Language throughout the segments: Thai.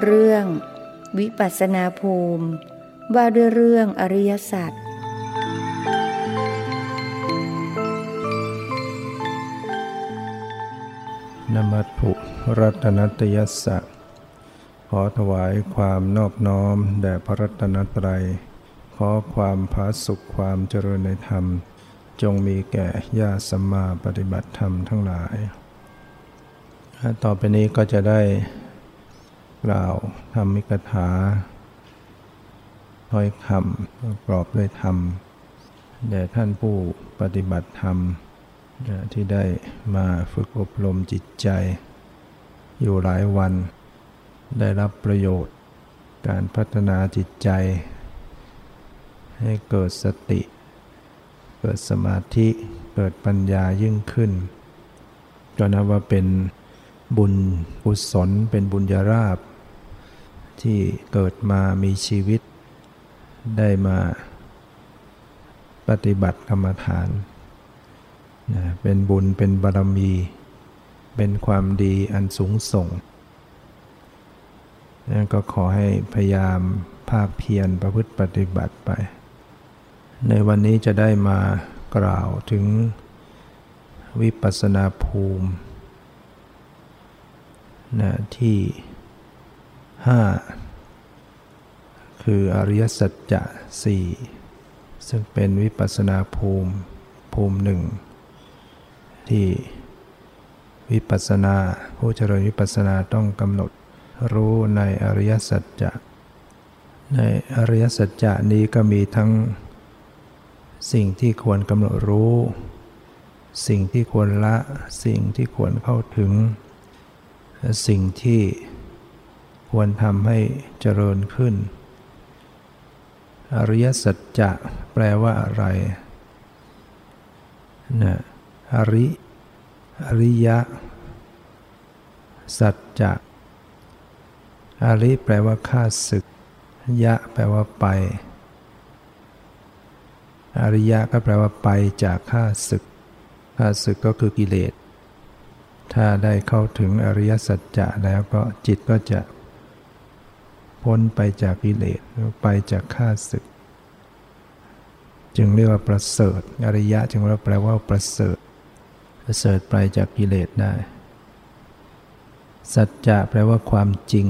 เรื่องวิปัสสนาภูมิว่าด้วยเรื่องอริยสัจนมัสสุรัตนัตยัสสะขอถวายความนอบน้อมแด่พระรัตนตรัยขอความผาสุกความเจริญในธรรมจงมีแก่ญาติสัมมาปฏิบัติธรรมทั้งหลายต่อไปนี้ก็จะได้กล่าวธรรมิกถาถ้อยคำประกอบด้วยธรรมแด่ท่านผู้ปฏิบัติธรรมที่ได้มาฝึกอบรมจิตใจอยู่หลายวันได้รับประโยชน์การพัฒนาจิตใจให้เกิดสติเกิดสมาธิเกิดปัญญายิ่งขึ้นก็นับว่าเป็นบุญกุศลเป็นบุญญาราภที่เกิดมามีชีวิตได้มาปฏิบัติกรรมฐานเป็นบุญเป็นบารมีเป็นความดีอันสูงส่งนั่นก็ขอให้พยายามภาคเพียรประพฤติปฏิบัติไปในวันนี้จะได้มากล่าวถึงวิปัสสนาภูมิที่5คืออริยสัจจะ4ซึ่งเป็นวิปัสสนาภูมิหนึ่งที่วิปัสสนาผู้เจริญวิปัสสนาต้องกำหนดรู้ในอริยสัจจะในอริยสัจจะนี้ก็มีทั้งสิ่งที่ควรกำหนดรู้สิ่งที่ควรละสิ่งที่ควรเข้าถึงสิ่งที่ควรทำให้เจริญขึ้นอริยสัจจะแปลว่าอะไรอริยสัจจะอริแปลว่าข้าศึกยะแปลว่าไปอริยะก็แปลว่าไปจากข้าศึกก็คือกิเลสถ้าได้เข้าถึงอริยสัจจะแล้วก็จิตก็จะพ้นไปจากกิเลสไปจากข้าศึกจึงเรียกว่าประเสริฐอริยะจึงแปลว่าประเสริฐไปจากกิเลสได้สัจจะแปลว่าความจริง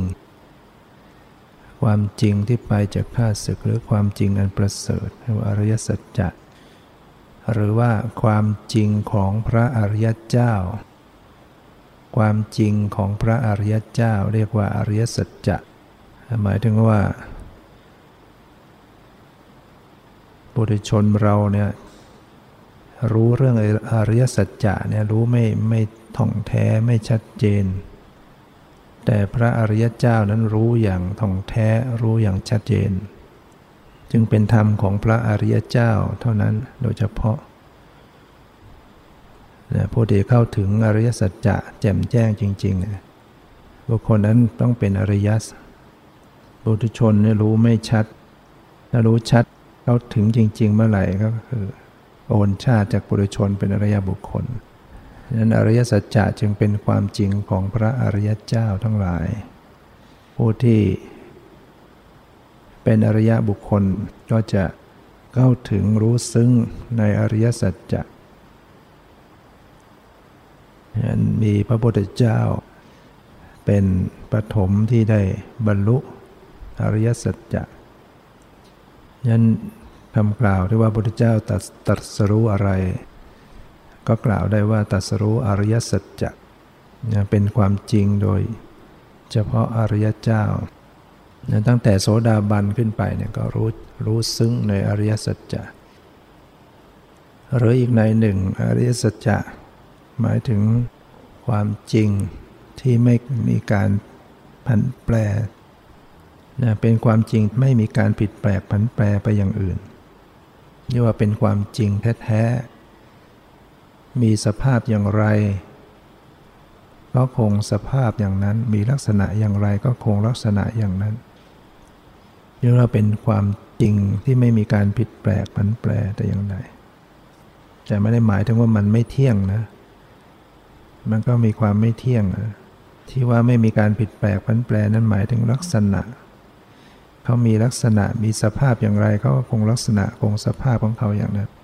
ที่ไปจากข้าศึกหรือความจริงอันประเสริฐเรียกว่าอริยสัจจะหรือว่าความจริงของพระอริยเจ้าความจริงของพระอริยเจ้าเรียกว่าอริยสัจจะหมายถึงว่าปุถุชนเราเนี่ยรู้เรื่องอริยสัจจะเนี่ยรู้ไม่ท่องแท้ไม่ชัดเจนแต่พระอริยเจ้านั้นรู้อย่างท่องแท้รู้อย่างชัดเจนจึงเป็นธรรมของพระอริยเจ้าเท่านั้นโดยเฉพาะผู้ที่เข้าถึงอริยสัจจะแจ่มแจ้งจริงๆบุคคลนั้นต้องเป็นอริยะปุถุชนเนี่ยรู้ไม่ชัดถ้ารู้ชัดเข้าถึงจริงๆเมื่อไหร่ก็คือโอนชาติจากปุถุชนเป็นอริยบุคคลฉะนั้นอริยสัจจะจึงเป็นความจริงของพระอริยเจ้าทั้งหลายผู้ที่เป็นอริยบุคคลก็จะเข้าถึงรู้ซึ้งในอริยสัจจะมีพระพุทธเจ้าเป็นปฐมที่ได้บรรลุอริยสัจจะนั้นคำกล่าวที่ว่าพระพุทธเจ้าตรัสรู้อะไรก็กล่าวได้ว่าตรัสรู้อริยสัจจะเป็นความจริงโดยเฉพาะอริยเจ้าตั้งแต่โสดาบันขึ้นไปเนี่ยก็รู้ซึ้งในอริยสัจจะหรืออีกในหนึ่งอริยสัจจะหมายถึงความจริงที่ไม่มีการผันแปรเป็นความจริงไม่มีการผิดแปลกผันแปรไปอย่างอื่นเรียกว่าเป็นความจริงแท้ๆมีสภาพอย่างไรก็คงสภาพอย่างนั้นมีลักษณะอย่างไรก็คงลักษณะอย่างนั้นเรียกว่าเป็นความจริงที่ไม่มีการผิดแปลกผันแปรแต่อย่างใดแต่ไม่ได้หมายถึงว่ามันไม่เที่ยงนะมันก็มีความไม่เที่ยงที่ว่าไม่มีการผิดแปลกผันแปรนั้นหมายถึงลักษณะเขามีลักษณะมีสภาพอย่างไรเขาก็คงลักษณะคงสภาพของเขาอย่างนั้น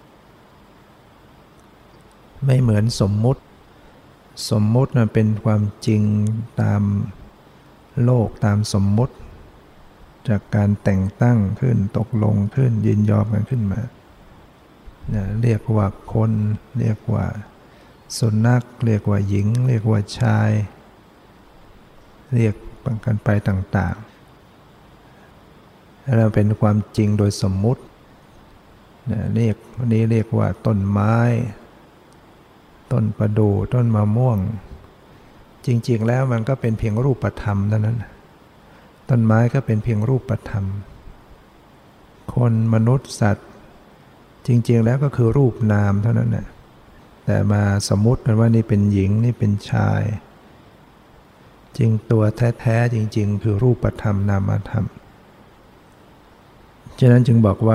ไม่เหมือนสมมุติมันเป็นความจริงตามโลกตามสมมุติจากการแต่งตั้งขึ้นตกลงขึ้นยินยอมกันขึ้นมาเรียกว่าคนเรียกว่าสุนัขเรียกว่าหญิงเรียกว่าชายเรียกกันไปต่างๆเราเป็นความจริงโดยสมมุตินี้เรียกว่าต้นไม้ต้นประดู่ต้นมะม่วงจริงๆแล้วมันก็เป็นเพียงรูปธรรมเท่านั้นต้นไม้ก็เป็นเพียงรูปธรรมคนมนุษย์สัตว์จริงๆแล้วก็คือรูปนามเท่านั้นแหละแต่มาสมมุติกันว่านี่เป็นหญิงนี่เป็นชายจริงตัวแท้ๆจริงๆคือรูปธรรมนามธรรมฉะนั้นจึงบอกว่า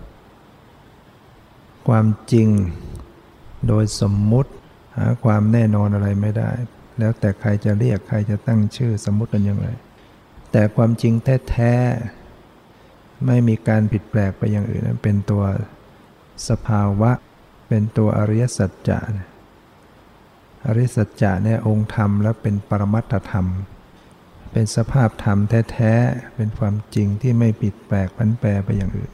ความจริงโดยสมมุติหาความแน่นอนอะไรไม่ได้แล้วแต่ใครจะเรียกใครจะตั้งชื่อสมมุติกันอย่างไรแต่ความจริงแท้ๆไม่มีการผิดแปลกไปอย่างอื่นนั้นเป็นตัวสภาวะเป็นตัวอริยสัจจะอริยสัจจะเนี่ยองค์ธรรมและเป็นปรมัตถธรรมเป็นสภาพธรรมแท้ๆเป็นความจริงที่ไม่ผิดแปลกผันแปรไปอย่างอื่น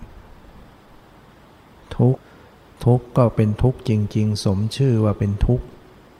ทุกข์ก็เป็นทุกข์จริงๆสมชื่อว่าเป็นทุกข์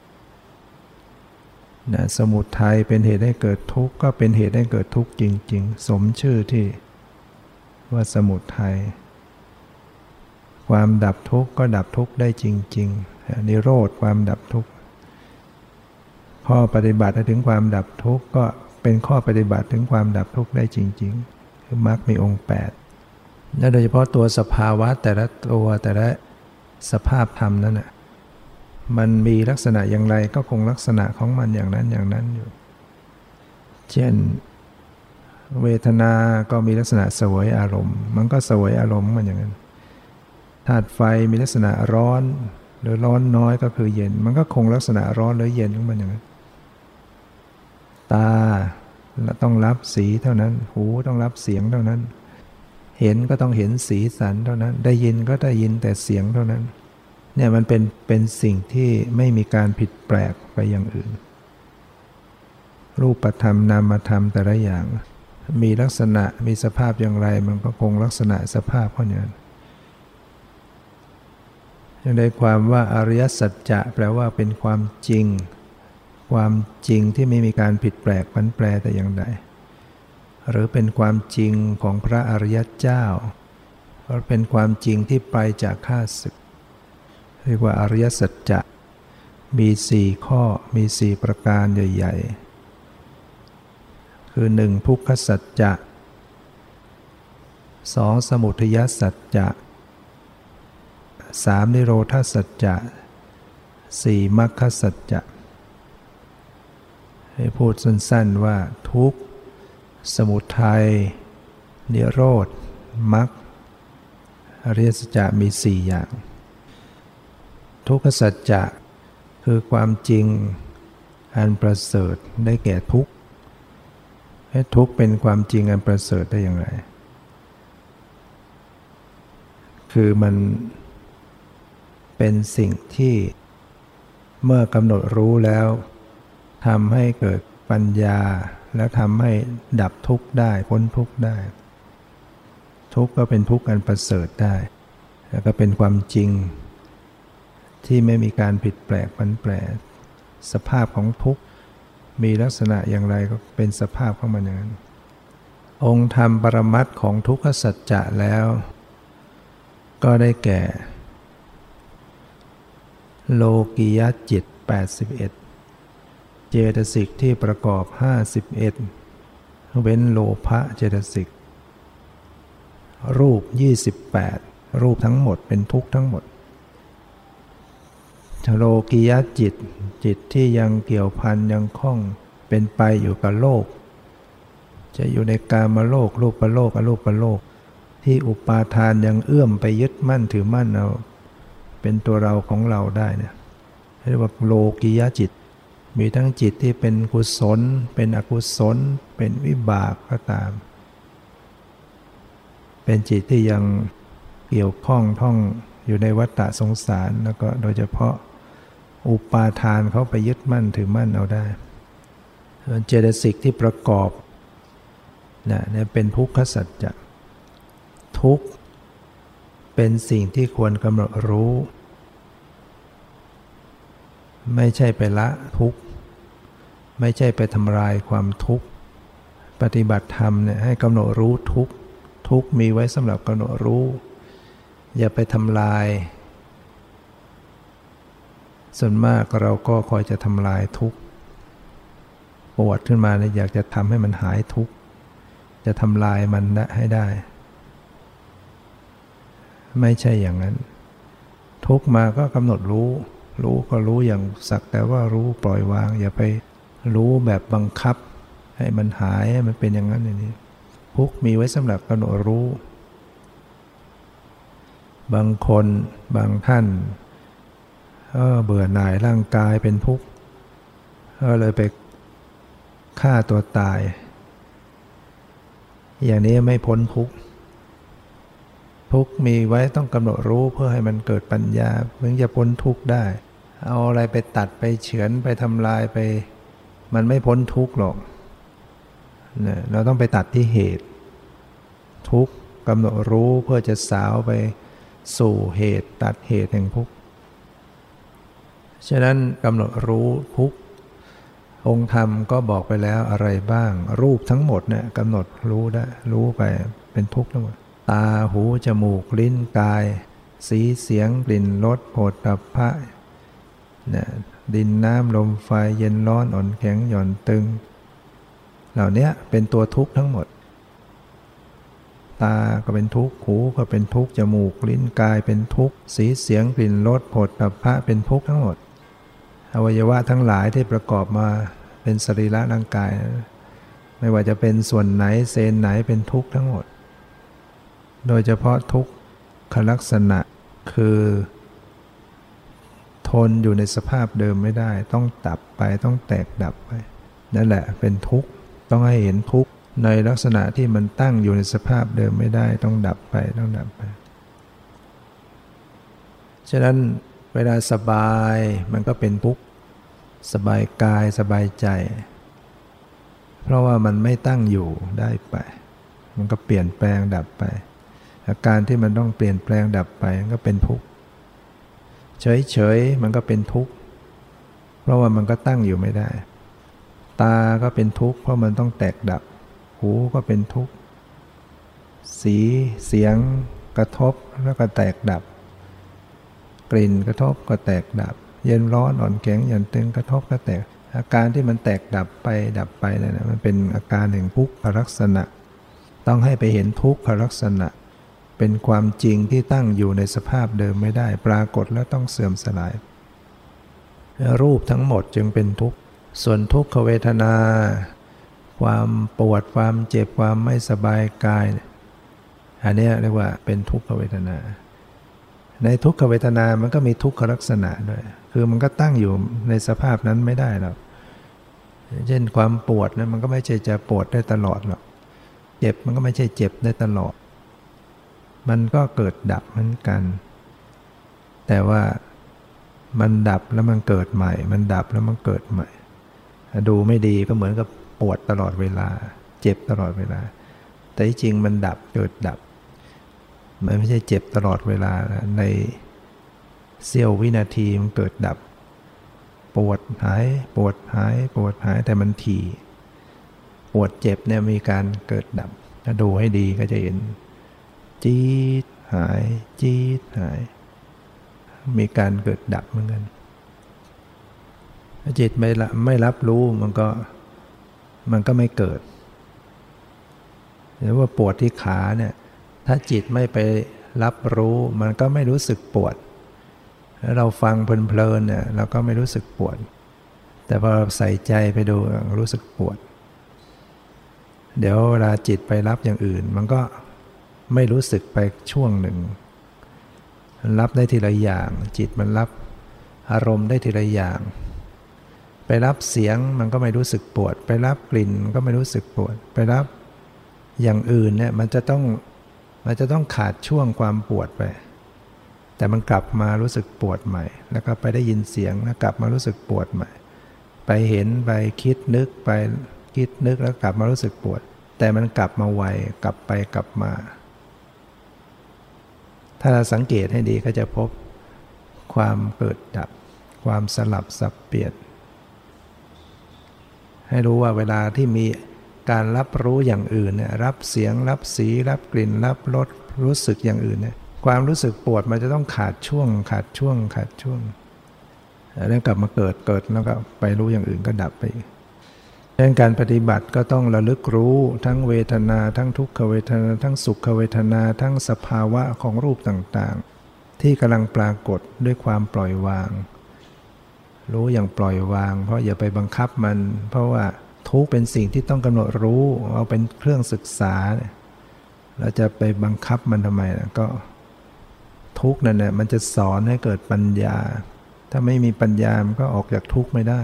สมุทัยเป็นเหตุให้เกิดทุกข์ก็เป็นเหตุให้เกิดทุกข์จริงๆสมชื่อที่ว่าสมุทัยความดับทุกข์ก็ดับทุกข์ได้จริงๆนิโรธความดับทุกข์ข้อปฏิบัติถึงความดับทุกข์ก็เป็นข้อปฏิบัติถึงความดับทุกข์ได้จริงๆคือมรรคมีองค์8และโดยเฉพาะตัวสภาวะแต่ละตัวแต่ละสภาพธรรมนั้นน่ะมันมีลักษณะอย่างไรก็คงลักษณะของมันอย่างนั้นอยู่เช่นเวทนาก็มีลักษณะเสวยอารมณ์มันก็เสวยอารมณ์มันอย่างนั้นธาตุไฟมีลักษณะร้อนหรือร้อนน้อยก็คือเย็นมันก็คงลักษณะร้อนหรือเย็นของมันอย่างนั้นตาต้องรับสีเท่านั้นหูต้องรับเสียงเท่านั้นเห็นก็ต้องเห็นสีสันเท่านั้นได้ยินก็ได้ยินแต่เสียงเท่านั้นเนี่ยมันเป็นสิ่งที่ไม่มีการผิดแปลกไปอย่างอื่นรูปธรรมนามธรรมแต่ละอย่างมีลักษณะมีสภาพอย่างไรมันก็คงลักษณะสภาพของนั้นอย่างได้ความว่าอริยสัจจะแปลว่าเป็นความจริงที่ไม่มีการผิดแปลกผันแปรแต่อย่างใดหรือเป็นความจริงของพระอริยเจ้าหรือเป็นความจริงที่ไปจากข้าศึกเรียกว่าอริยสัจจะมี4ข้อมี4ประการใหญ่ๆคือ1ทุกขสัจจะ2สมุทัยสัจจะ3นิโรธสัจจะ4มรรคสัจจะให้พูดสั้นๆว่าทุกข์สมุทัยนิโรธมรรคอริยสัจจะมี4อย่างทุกขสัจจะคือความจริงอันประเสริฐได้แก่ทุกข์ให้ทุกข์เป็นความจริงอันประเสริฐได้อย่างไรคือมันเป็นสิ่งที่เมื่อกำหนดรู้แล้วทำให้เกิดปัญญาแล้วทำให้ดับทุกข์ได้พ้นทุกข์ได้ทุกข์ก็เป็นทุกข์อันประเสริฐได้แล้วก็เป็นความจริงที่ไม่มีการผิดแปลกผันแปรสภาพของทุกข์มีลักษณะอย่างไรก็เป็นสภาพของมันอย่างนั้นองค์ธรรมปรมัตถ์ของทุกขสัจจะแล้วก็ได้แก่โลกิยจิต81เจตสิกที่ประกอบ51เว้นโลภะเจตสิกรูป28รูปทั้งหมดเป็นทุกข์ทั้งหมดโลกิยจิตที่ยังเกี่ยวพันยังคล้องเป็นไปอยู่กับโลกจะอยู่ในกามโลกรูปโลกอรูปโลกที่อุปาทานยังเอื้อมไปยึดมั่นถือมั่นเอาเป็นตัวเราของเราได้เนี่ยเรียกว่าโลกิยจิตมีทั้งจิตที่เป็นกุศลเป็นอกุศลเป็นวิบากก็ตามเป็นจิตที่ยังเกี่ยวข้องท่องอยู่ในวัฏฏะสงสารแล้วก็โดยเฉพาะอุปาทานเขาไปยึดมั่นถือมั่นเอาได้เจตสิกที่ประกอบเนี่ยเป็นทุกขสัจจะทุกข์เป็นสิ่งที่ควรกำหนดรู้ไม่ใช่ไปละทุกข์ไม่ใช่ไปทำลายความทุกข์ปฏิบัติธรรมเนี่ยให้กำหนดรู้ทุกข์ทุกข์มีไว้สำหรับกำหนดรู้อย่าไปทำลายส่วนมากเราก็คอยจะทำลายทุกข์ปวดขึ้นมาเนี่ยอยากจะทำให้มันหายทุกข์จะทำลายมันให้ได้ไม่ใช่อย่างนั้นทุกข์มาก็กำหนดรู้ก็รู้อย่างสักแต่ว่ารู้ปล่อยวางอย่าไปรู้แบบบังคับให้มันหายให้มันเป็นอย่างนั้นอย่างนี้ทุกข์มีไว้สำหรับกำหนดรู้บางคนบางท่านเบื่อหน่ายร่างกายเป็นทุกข์ก็เลยไปฆ่าตัวตายอย่างนี้ไม่พ้นทุกข์ทุกข์มีไว้ต้องกำหนดรู้เพื่อให้มันเกิดปัญญาถึงจะพ้นทุกข์ได้เอาอะไรไปตัดไปเฉือนไปทำลายไปมันไม่พ้นทุกข์หรอกเนี่ยเราต้องไปตัดที่เหตุทุกข์กำหนดรู้เพื่อจะสาวไปสู่เหตุตัดเหตุแห่งทุกข์ฉะนั้นกำหนดรู้ทุกข์องค์ธรรมก็บอกไปแล้วอะไรบ้างรูปทั้งหมดเนี่ยกำหนดรู้ได้รู้ไปเป็นทุกข์ทั้งหมดตาหูจมูกลิ้นกายสีเสียงกลิ่นรสโผฏฐัพพะเนี่ยดินน้ำลมไฟเย็นร้อนอ่อนแข็งหย่อนตึงเหล่านี้เป็นตัวทุกข์ทั้งหมดตาก็เป็นทุกข์หูก็เป็นทุกข์จมูกลิ้นกายเป็นทุกข์สีเสียงกลิ่นรสโผฏฐัพพะเป็นทุกข์ทั้งหมดอวัยวะทั้งหลายที่ประกอบมาเป็นสรีระร่างกายไม่ว่าจะเป็นส่วนไหนเซลล์ไหนเป็นทุกข์ทั้งหมดโดยเฉพาะทุกขลักษณะคือทนอยู่ในสภาพเดิมไม่ได้ต้องดับไปต้องแตกดับไปนั่นแหละเป็นทุกข์ต้องให้เห็นทุกข์ในลักษณะที่มันตั้งอยู่ในสภาพเดิมไม่ได้ต้องดับไปต้องดับไปฉะนั้นเวลาสบายมันก็เป็นทุกข์สบายกายสบายใจเพราะว่ามันไม่ตั้งอยู่ได้ไปมันก็เปลี่ยนแปลงดับไปอาการที่มันต้องเปลี่ยนแปลงดับไปมันก็เป็นทุกข์เฉยๆมันก็เป็นทุกข์เพราะว่ามันก็ตั้งอยู่ไม่ได้ตาก็เป็นทุกข์เพราะมันต้องแตกดับหูก็เป็นทุกข์สีเสียงกระทบแล้วก็แตกดับกลิ่นกระทบก็แตกดับเย็นร้อนอ่อนแข็งหย่อนตึงกระทบก็แตกอาการที่มันแตกดับไปนั่นนะมันเป็นอาการแห่งทุกขลักษณะต้องให้ไปเห็นทุกขลักษณะเป็นความจริงที่ตั้งอยู่ในสภาพเดิมไม่ได้ปรากฏแล้วต้องเสื่อมสลายรูปทั้งหมดจึงเป็นทุกข์ส่วนทุกขเวทนาความปวดความเจ็บความไม่สบายกายอันนี้เรียกว่าเป็นทุกขเวทนาในทุกขเวทนามันก็มีทุกขลักษณะด้วยคือมันก็ตั้งอยู่ในสภาพนั้นไม่ได้หรอกเช่นความปวดนะมันก็ไม่ใช่จะปวดได้ตลอดหรอกเจ็บมันก็ไม่ใช่เจ็บได้ตลอดมันก็เกิดดับเหมือนกันแต่ว่ามันดับแล้วมันเกิดใหม่มันดับแล้วมันเกิดใหม่ดูไม่ดีก็เหมือนกับปวดตลอดเวลาเจ็บตลอดเวลาแต่จริงมันดับเกิดดับมันไม่ใช่เจ็บตลอดเวลาในเสี้ยววินาทีมันเกิดดับปวดหายปวดหายปวดหายแต่มันถี่ปวดเจ็บเนี่ยมีการเกิดดับถ้าดูให้ดีก็จะเห็นจี๊ดหายจี๊ดหายมีการเกิดดับเหมือนกันถ้าจิตไม่รับรู้มันก็ไม่เกิดหรือว่าปวดที่ขาเนี่ยถ้าจิตไม่ไปรับรู้มันก็ไม่รู้สึกปวดแล้วเราฟังเพลินๆเนี่ยเราก็ไม่รู้สึกปวดแต่พอใส่ใจไปดูรู้สึกปวดเดี๋ยวเวลาจิตไปรับอย่างอื่นมันก็ไม่รู้สึกไปช่วงหนึ่งรับได้ทีละอย่างจิตมันรับอารมณ์ได้ทีละอย่างไปรับเสียงมันก็ไม่รู้สึกปวดไปรับกลิ่นก็ไม่รู้สึกปวดไปรับอย่างอื่นเนี่ยมันจะต้องขาดช่วงความปวดไปแต่มันกลับมารู้สึกปวดใหม่แล้วก็ไปได้ยินเสียงแล้วกลับมารู้สึกปวดใหม่ไปเห็นไปคิดนึกไปคิดนึกแล้วกลับมารู้สึกปวดแต่มันกลับมาไวกลับไปกลับมาถ้าเราสังเกตให้ดีก็จะพบความเกิดดับความสลับสับเปลี่ยนให้รู้ว่าเวลาที่มีการรับรู้อย่างอื่นเนี่ยรับเสียงรับสีรับกลิ่นรับรสรู้สึกอย่างอื่นเนี่ยความรู้สึกปวดมันจะต้องขาดช่วงแล้วกลับมาเกิดแล้วก็ไปรู้อย่างอื่นก็ดับไปดังนั้นการปฏิบัติก็ต้องระลึกรู้ทั้งเวทนาทั้งทุกขเวทนาทั้งสุขเวทนาทั้งสภาวะของรูปต่างๆที่กำลังปรากฏด้วยความปล่อยวางรู้อย่างปล่อยวางเพราะอย่าไปบังคับมันเพราะว่าทุกข์เป็นสิ่งที่ต้องกำหนดรู้เอาเป็นเครื่องศึกษาเราจะไปบังคับมันทำไมนะก็ทุกข์นั่นแหละมันจะสอนให้เกิดปัญญาถ้าไม่มีปัญญามันก็ออกจากทุกข์ไม่ได้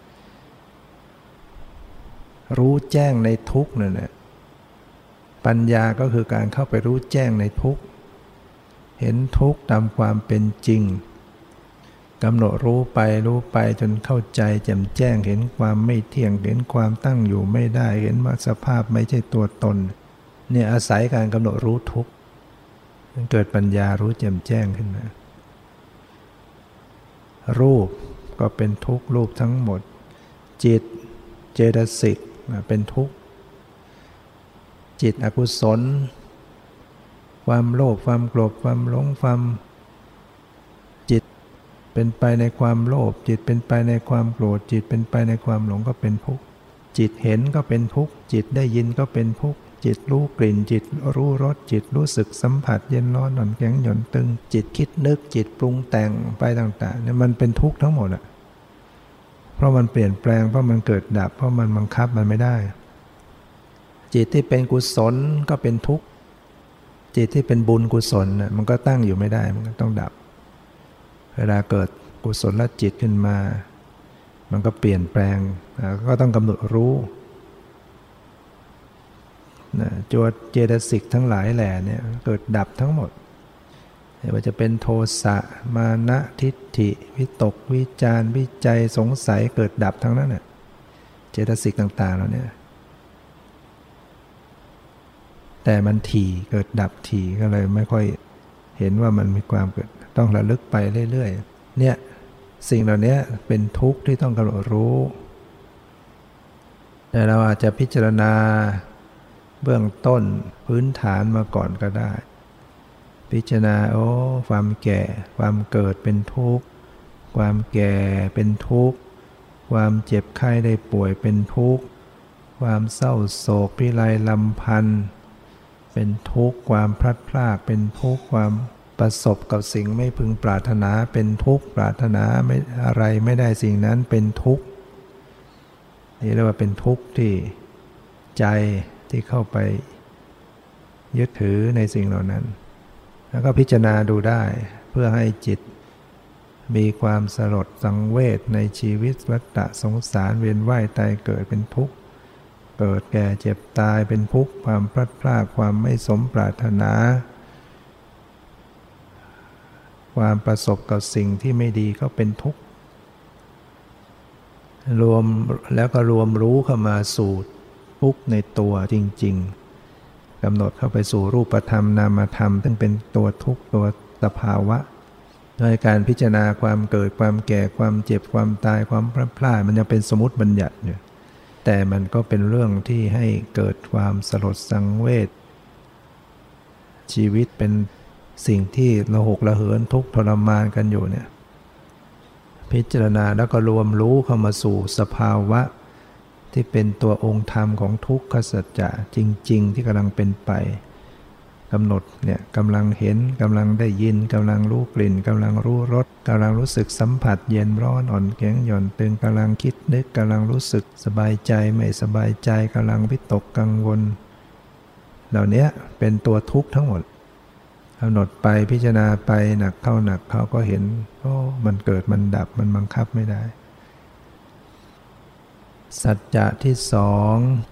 รู้แจ้งในทุกข์นั่นแหละปัญญาก็คือการเข้าไปรู้แจ้งในทุกข์เห็นทุกข์ตามความเป็นจริงกำหนดรู้ไปจนเข้าใจแจ่มแจ้งเห็นความไม่เที่ยงเห็นความตั้งอยู่ไม่ได้เห็นว่าสภาพไม่ใช่ตัวตนเนี่ยอาศัยการกำหนดรู้ทุกข์เกิดปัญญารู้แจ่มแจ้งขึ้นมารูปก็เป็นทุกข์รูปทั้งหมดจิตเจตสิกเป็นทุกข์จิตอกุศลความโลภความโกรธความหลงความจิตเป็นไปในความโลภจิตเป็นไปในความโกรธจิตเป็นไปในความหลงก็เป็นทุกข์จิตเห็นก็เป็นทุกข์จิตได้ยินก็เป็นทุกข์จิตรู้กลิ่นจิตรู้รสจิตรู้สึกสัมผัสเย็นร้อนอ่อนแข็งหย่อนตึงจิตคิดนึกจิตปรุงแต่งไปต่างๆเนี่ยมันเป็นทุกข์ทั้งหมดอ่ะเพราะมันเปลี่ยนแปลงเพราะมันเกิดดับเพราะมันบังคับมันไม่ได้จิตที่เป็นกุศลก็เป็นทุกข์จิตที่เป็นบุญกุศลมันก็ตั้งอยู่ไม่ได้มันก็ต้องดับเวลาเกิดกุศลจิตขึ้นมามันก็เปลี่ยนแปลงก็ต้องกำหนดรู้โจทย์เจตสิกทั้งหลายแหล่เนี่ยเกิดดับทั้งหมดไม่ว่าจะเป็นโทสะมานะทิฏฐิวิตกวิจารวิจัยสงสัยเกิดดับทั้งนั้นน่ะเจตสิกต่างๆแล้วเนี่ยแต่มันถี่เกิดดับถี่ก็เลยไม่ค่อยเห็นว่ามันมีความเกิดต้องระลึกไปเรื่อยๆเนี่ยสิ่งเหล่านี้เป็นทุกข์ที่ต้องกำหนดรู้แต่เราอาจจะพิจารณาเบื้องต้นพื้นฐานมาก่อนก็ได้พิจารณาความแก่ความเกิดเป็นทุกข์ความแก่เป็นทุกข์ความเจ็บไข้ได้ป่วยเป็นทุกข์ความเศร้าโศกพิไรลำพันธ์เป็นทุกข์ความพลัดพรากเป็นทุกข์ความประสบกับสิ่งไม่พึงปรารถนาเป็นทุกข์ปรารถนาไม่อะไรไม่ได้สิ่งนั้นเป็นทุกข์นี่เรียกว่าเป็นทุกข์ที่ใจที่เข้าไปยึดถือในสิ่งเหล่านั้นแล้วก็พิจารณาดูได้เพื่อให้จิตมีความสลดสังเวชในชีวิตวัฏฏะสงสารเวียนว่ายตายเกิดเป็นทุกข์เกิดแก่เจ็บตายเป็นทุกข์ความพลัดพรากความไม่สมปรารถนาความประสบกับสิ่งที่ไม่ดีก็เป็นทุกข์รวมรู้เข้ามาสู่ทุกข์ในตัวจริงๆกำหนดเข้าไปสู่รูปธรรมนามธรรมซึ่งเป็นตัวทุกข์ตัวสภาวะโดยการพิจารณาความเกิดความแก่ความเจ็บความตายความพลัดพรากมันยังเป็นสมมุติบัญญัติอยู่แต่มันก็เป็นเรื่องที่ให้เกิดความสลดสังเวชชีวิตเป็นสิ่งที่ระหกระเหินทุกข์ทรมานกันอยู่เนี่ยพิจารณาแล้วก็รวมรู้เข้ามาสู่สภาวะที่เป็นตัวองค์ธรรมของทุกขสัจจะจริงๆที่กำลังเป็นไปกำหนดเนี่ยกำลังเห็นกำลังได้ยินกำลังรู้กลิ่นกำลังรู้รสกำลังรู้สึกสัมผัสเย็นร้อนอ่อนแข็งหย่อนตึงกำลังคิดนึกกำลังรู้สึกสบายใจไม่สบายใจกำลังวิตกกังวลเหล่านี้เป็นตัวทุกข์ทั้งหมดกำหนดไปพิจารณาไปหนักเข้าก็เห็นมันเกิดมันดับมันบังคับไม่ได้สัจจะที่สอง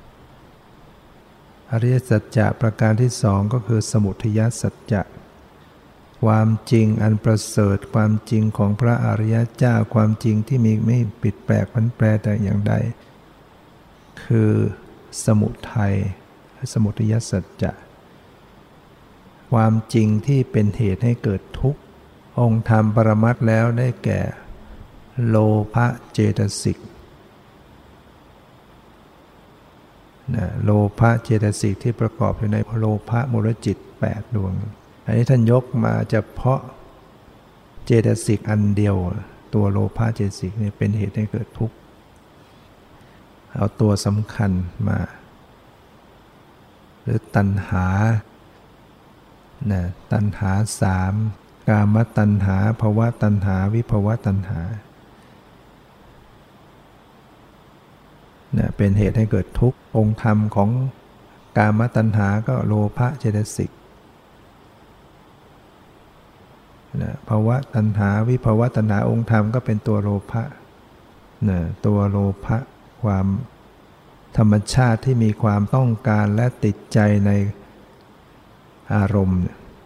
อริยสัจจะประการที่สองก็คือสมุทัยสัจจะความจริงอันประเสริฐความจริงของพระอริยเจ้าความจริงที่มีไม่ผิดแปลกผันแปรแต่อย่างใดคือสมุทัยสมุทัยสัจจะความจริงที่เป็นเหตุให้เกิดทุกข์องค์ธรรมปรมัตถ์แล้วได้แก่โลภะเจตสิกโลภะเจตสิกที่ประกอบอยู่ในโลภะมูลจิต8ดวงอันนี้ท่านยกมาเฉพาะเจตสิกอันเดียวตัวโลภะเจตสิกนี่เป็นเหตุให้เกิดทุกข์เอาตัวสำคัญมาหรือตัณหาตัณหา3กามตัณหาภวตัณหาวิภวตัณหาเป็นเหตุให้เกิดทุกข์องค์ธรรมของกามตัณหาก็โลภะเจตสิกภวตัณหาวิภวตัณหาองค์ธรรมก็เป็นตัวโลภะตัวโลภะความธรรมชาติที่มีความต้องการและติดใจในอารมณ์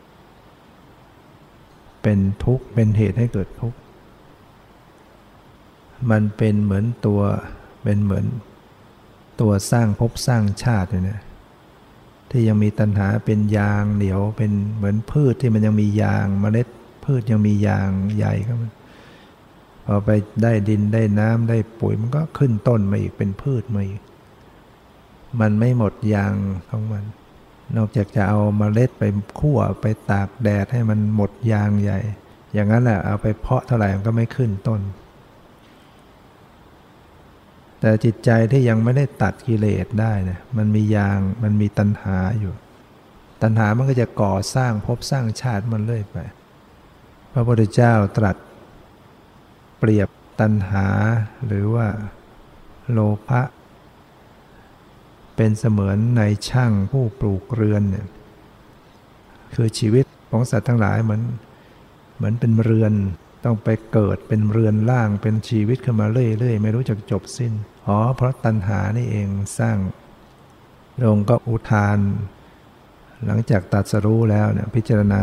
เป็นทุกข์เป็นเหตุให้เกิดทุกข์มันเป็นเหมือนตัวสร้างภพสร้างชาติเนี่ยที่ยังมีตัณหาเป็นยางเหนียวเป็นเหมือนพืชที่มันยังมียางเมล็ดพืชยังมียางใหญ่ก็มันพอไปได้ดินได้น้ำได้ปุ๋ยมันก็ขึ้นต้นมาอีกเป็นพืชมาอีกมันไม่หมดยางของมันนอกจากจะเอาเมล็ดไปคั่วไปตากแดดให้มันหมดยางใหญ่อย่างนั้นแหละเอาไปเพาะเท่าไหร่มันก็ไม่ขึ้นต้นแต่จิตใจที่ยังไม่ได้ตัดกิเลสได้นะมันมียางมันมีตัณหาอยู่ตัณหามันก็จะก่อสร้างภพสร้างชาติมันเรื่อยไปพระพุทธเจ้าตรัสเปรียบตัณหาหรือว่าโลภะเป็นเสมือนในช่างผู้ปลูกเรือนเนี่ยคือชีวิตของสัตว์ทั้งหลายเหมือนเป็นเรือนต้องไปเกิดเป็นเรือนร่างเป็นชีวิตขึ้นมาเรื่อยๆไม่รู้จักจบสิ้นเพราะตัณหานี่เองสร้างพระองค์ก็อุทานหลังจากตรัสรู้แล้วเนี่ยพิจารณา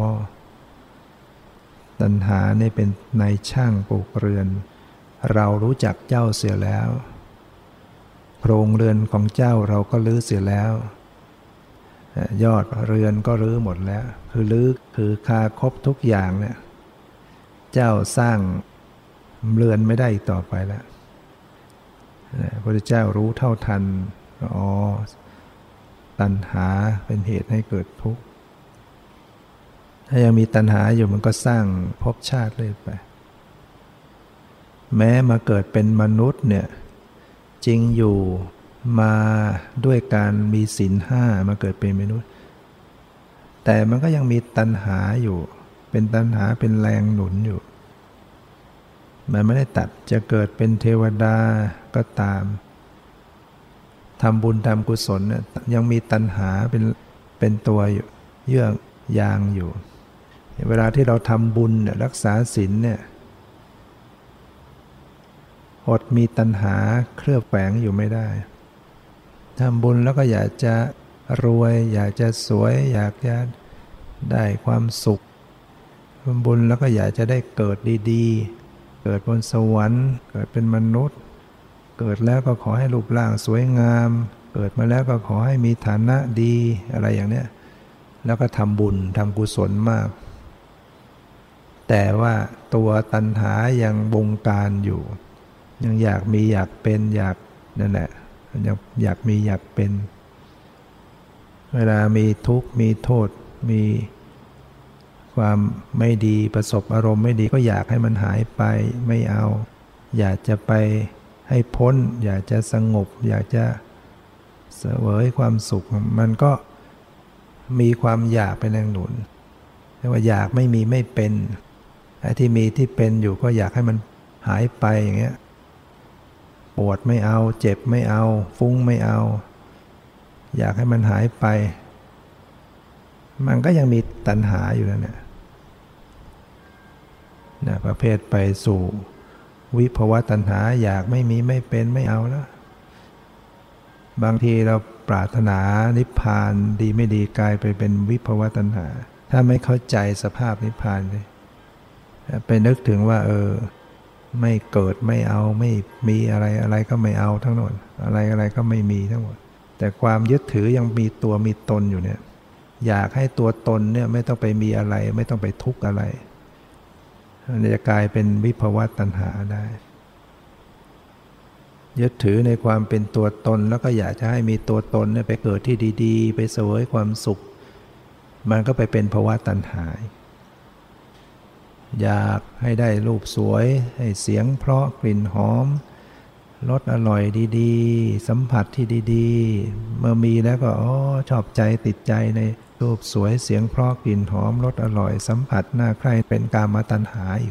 ตัณหานี่เป็นนายช่างปลูกเรือนเรารู้จักเจ้าเสียแล้วโครงเรือนของเจ้าเราก็รื้อเสียแล้วยอดเรือนก็รื้อหมดแล้วคือรื้อคือคาครบทุกอย่างเนี่ยเจ้าสร้างเรือนไม่ได้อีกต่อไปแล้วพระพุทธเจ้ารู้เท่าทันตัณหาเป็นเหตุให้เกิดทุกข์ถ้ายังมีตัณหาอยู่มันก็สร้างภพชาติเลยไปแม้มาเกิดเป็นมนุษย์เนี่ยจริงอยู่มาด้วยการมีศีล5มาเกิดเป็นมนุษย์แต่มันก็ยังมีตัณหาอยู่เป็นตัณหาเป็นแรงหนุนอยู่มันไม่ได้ตัดจะเกิดเป็นเทวดาก็ตามทำบุญทำกุศลเนี่ยยังมีตัณหาเป็นตัวอยู่เยื่อยางอยู่เวลาที่เราทำบุญเนี่ยรักษาศีลเนี่ยอดมีตัณหาเคลือบแฝงอยู่ไม่ได้ทำบุญแล้วก็อยากจะรวยอยากจะสวยอยากจะได้ความสุขทำบุญแล้วก็อยากจะได้เกิดดีๆเกิดบนสวรรค์เกิดเป็นมนุษย์เกิดแล้วก็ขอให้รูปร่างสวยงามเกิดมาแล้วก็ขอให้มีฐานะดีอะไรอย่างเนี้ยแล้วก็ทำบุญทำกุศลมากแต่ว่าตัวตัณหายังบงการอยู่ยังอยากมีอยากเป็นอยากนั่นแหละอยากมีอยากเป็นเวลามีทุกข์มีโทษมีความไม่ดีประสบอารมณ์ไม่ดีก็อยากให้มันหายไปไม่เอาอยากจะไปให้พ้นอยากจะสงบอยากจะเสวยความสุขมันก็มีความอยากเป็นแรงหนุนเรียกว่าอยากไม่มีไม่เป็นไอ้ที่มีที่เป็นอยู่ก็อยากให้มันหายไปอย่างเงี้ยปวดไม่เอาเจ็บไม่เอาฟุ้งไม่เอาอยากให้มันหายไปมันก็ยังมีตัณหาอยู่นั่นแหละประเภทไปสู่วิภวตัณหาอยากไม่มีไม่เป็นไม่เอาแล้วบางทีเราปรารถนานิพพานดีไม่ดีกลายไปเป็นวิภวตัณหาถ้าไม่เข้าใจสภาพนิพพานเลยไปนึกถึงว่าไม่เกิดไม่เอาไม่มีอะไรอะไรก็ไม่เอาทั้งหมดอะไรอะไรก็ไม่มีทั้งหมดแต่ความยึดถือยังมีตัวมีตนอยู่เนี่ยอยากให้ตัวตนเนี่ยไม่ต้องไปมีอะไรไม่ต้องไปทุกข์อะไรมันจะกลายเป็นวิภวตัณหาได้ยึดถือในความเป็นตัวตนแล้วก็อยากจะให้มีตัวตนเนี่ยไปเกิดที่ดีๆไปเสวยความสุขมันก็ไปเป็นภวตัณหาอยากให้ได้รูปสวยให้เสียงเพราะกลิ่นหอมรสอร่อยดีๆสัมผัสที่ดีๆเมื่อมีแล้วก็ชอบใจติดใจในรูปสวยเสียงเพราะกลิ่นหอมรสอร่อยสัมผัสน่าใคร่เป็นกามตัณหาอีก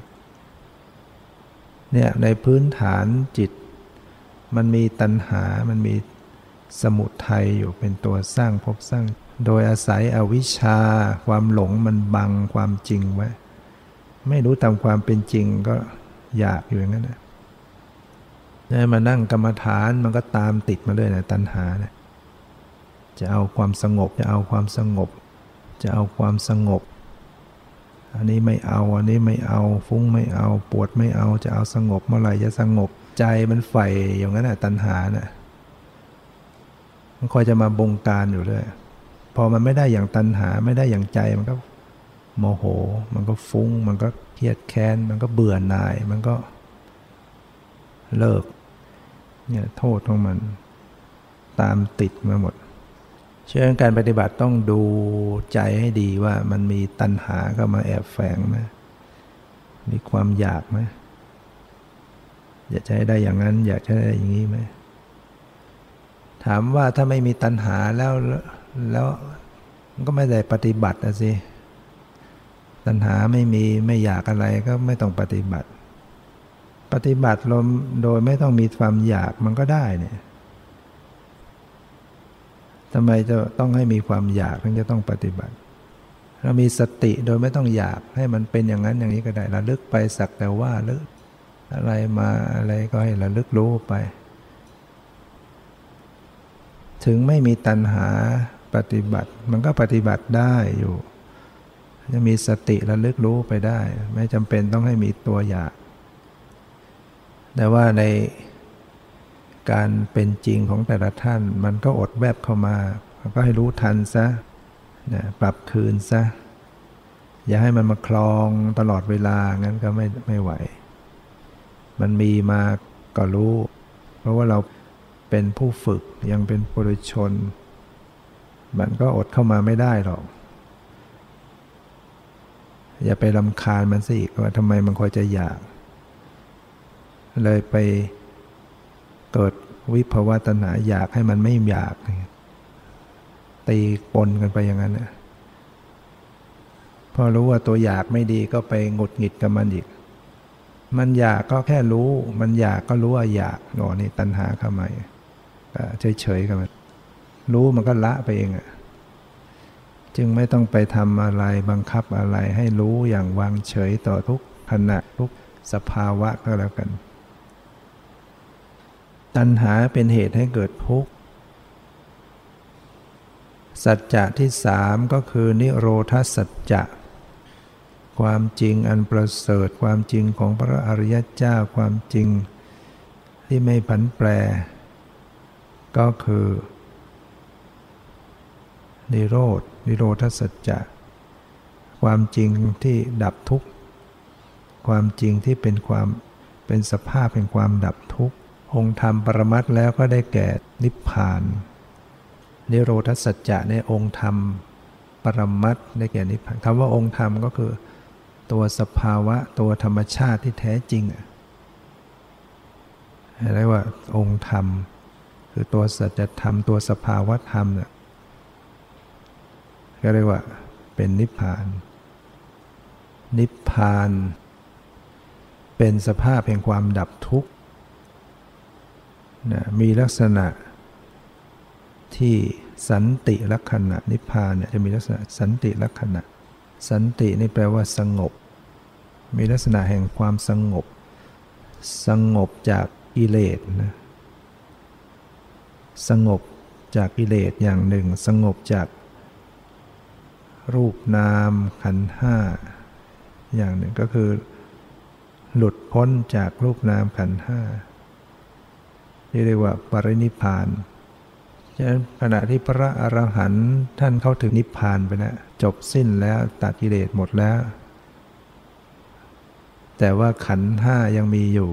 เนี่ยในพื้นฐานจิตมันมีตัณหามันมีสมุทัยอยู่เป็นตัวสร้างภพสร้างโดยอาศัยอวิชชาความหลงมันบังความจริงไว้ไม่รู้ตามความเป็นจริงก็อยากอยู่อย่างนั้นนะมานั่งกรรมฐานมันก็ตามติดมาเลยนะตัณหานะจะเอาความสงบจะเอาความสงบจะเอาความสงบอันนี้ไม่เอาอันนี้ไม่เอาฟุ้งไม่เอาปวดไม่เอาจะเอาสงบเมื่อไหร่จะสงบใจมันใฝ่อย่างนั้นนะตัณหานะมันคอยจะมาบงการอยู่เลยพอมันไม่ได้อย่างตัณหาไม่ได้อย่างใจมันก็โมโหมันก็ฟุ้งมันก็เครียดแค้นมันก็เบื่อหน่ายมันก็เลิกเนี่ยโทษของมันตามติดมาหมดเชื่อการปฏิบัติต้องดูใจให้ดีว่ามันมีตัณหาเข้ามาแอบแฝงไหมมีความอยากไหมอยากจะให้ได้อย่างนั้นอยากจะได้อย่างนี้ไหมถามว่าถ้าไม่มีตัณหาแล้วมันก็ไม่ได้ปฏิบัติสิตัณหาไม่มีไม่อยากอะไรก็ไม่ต้องปฏิบัติโดยไม่ต้องมีความอยากมันก็ได้เนี่ยทำไมจะต้องให้มีความอยากถึงจะต้องปฏิบัติเรามีสติโดยไม่ต้องอยากให้มันเป็นอย่างนั้นอย่างนี้ก็ได้ระลึกไปสักแต่ว่าลึกอะไรมาอะไรก็ให้ระลึกรู้ไปถึงไม่มีตัณหาปฏิบัติมันก็ปฏิบัติได้อยู่จะมีสติระลึกรู้ไปได้ไม่จำเป็นต้องให้มีตัวอยากแต่ว่าในการเป็นจริงของแต่ละท่านมันก็อดแวบเข้ามาก็ให้รู้ทันซะปรับคืนซะอย่าให้มันมาคลองตลอดเวลางั้นก็ไม่ไหวมันมีมาก็รู้เพราะว่าเราเป็นผู้ฝึกยังเป็นปุถุชนมันก็อดเข้ามาไม่ได้หรอกอย่าไปรำคาญมันซะอีกว่าทำไมมันคอยจะอยากเลยไปเกิดวิภวตัณหาอยากให้มันไม่อยากตีปนกันไปอย่างนั้นนะพอรู้ว่าตัวอยากไม่ดีก็ไปหงุดหงิดกับมันอีกมันอยากก็แค่รู้มันอยากก็รู้ว่าอยากนี่ตัณหาเข้ามาเฉยๆกับมันรู้มันก็ละไปเองจึงไม่ต้องไปทำอะไรบังคับอะไรให้รู้อย่างวางเฉยต่อทุกขณะทุกสภาวะก็แล้วกันตัณหาเป็นเหตุให้เกิดทุกข์สัจจะที่สามก็คือนิโรธสัจจะความจริงอันประเสริฐความจริงของพระอริยเจ้าความจริงที่ไม่ผันแปรก็คือนิโรธสัจจะความจริงที่ดับทุกข์ความจริงที่เป็นสภาพแห่งความดับทุกข์องค์ธรรมปรมัตถ์แล้วก็ได้แก่นิพพานนิโรธสัจจะในองค์ธรรมปรมัตถ์ได้แก่นิพพานคำว่าองค์ธรรมก็คือตัวสภาวะตัวธรรมชาติที่แท้จริงเรียกว่าองค์ธรรมคือตัวสัจธรรมตัวสภาวะธรรมเนี่ยก็เรียกว่าเป็นนิพพานนิพพานเป็นสภาพแห่งความดับทุกข์มีลักษณะที่สันติลักษณะนิพพานเนี่ยจะมีลักษณะสันติลักษณะสันตินี่แปลว่าสงบมีลักษณะแห่งความสงบสงบจากกิเลสนะสงบจากกิเลสอย่างหนึ่งสงบจากรูปนามขันธ์ห้าอย่างหนึ่งก็คือหลุดพ้นจากรูปนามขันธ์ห้าที่เรียกว่าปรินิพพานฉะนั้นขณะที่พระอรหันต์ท่านเข้าถึงนิพพานไปแล้วจบสิ้นแล้วตัดกิเลสหมดแล้วแต่ว่าขันธ์ห้ายังมีอยู่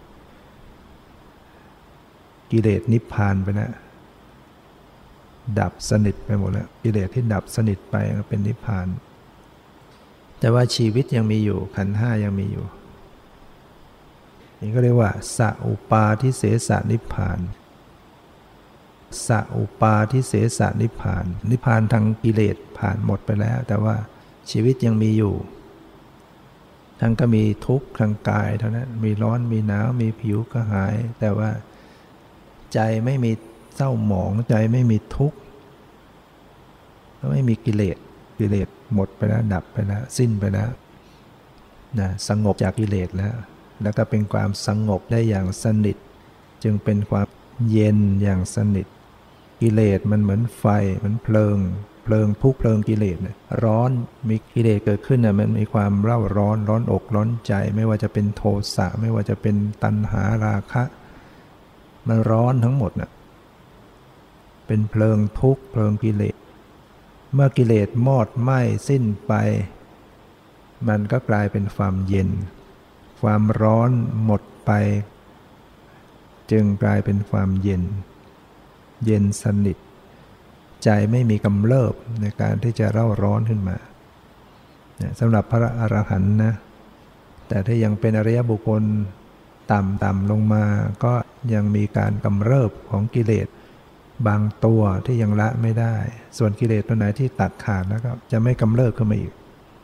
กิเลสนิพพานไปแล้วดับสนิทไปหมดแล้วกิเลสที่ดับสนิทไปก็เป็นนิพพานแต่ว่าชีวิตยังมีอยู่ขันธ์ห้ายังมีอยู่นี่ก็เรียกว่าสัอุปาทิเสสนิพพานสัอุปาทิเสสนิพพานนิพพานทางกิเลสผ่านหมดไปแล้วแต่ว่าชีวิตยังมีอยู่ทั้งก็มีทุกข์ทางกายเท่านั้นมีร้อนมีหนาวมีผิวกระหายแต่ว่าใจไม่มีเศร้าหมองใจไม่มีทุกข์ไม่มีกิเลสหมดไปแล้วดับไปแล้วสิ้นไปแล้วนะสงบจากกิเลสแล้วก็เป็นความสงบได้อย่างสนิทจึงเป็นความเย็นอย่างสนิทกิเลสมันเหมือนไฟเหมือนเพลิงทุกข์เพลิงกิเลสร้อนมีกิเลสเกิดขึ้นน่ะมันมีความเร่าร้อนอกร้อนใจไม่ว่าจะเป็นโทสะไม่ว่าจะเป็นตัณหาราคะมันร้อนทั้งหมดน่ะเป็นเพลิงทุกข์เพลิงกิเลสเมื่อกิเลสมอดไหม้สิ้นไปมันก็กลายเป็นความเย็นความร้อนหมดไปจึงกลายเป็นความเย็นสนิทใจไม่มีกำเริบในการที่จะเร่าร้อนขึ้นมาสำหรับพระอรหันต์นะแต่ถ้ายังเป็นอริยบุคคลต่ำลงมาก็ยังมีการกำเริบของกิเลสบางตัวที่ยังละไม่ได้ส่วนกิเลสตัวไหนที่ตัดขาดแล้วก็จะไม่กำเริบขึ้นมาอีก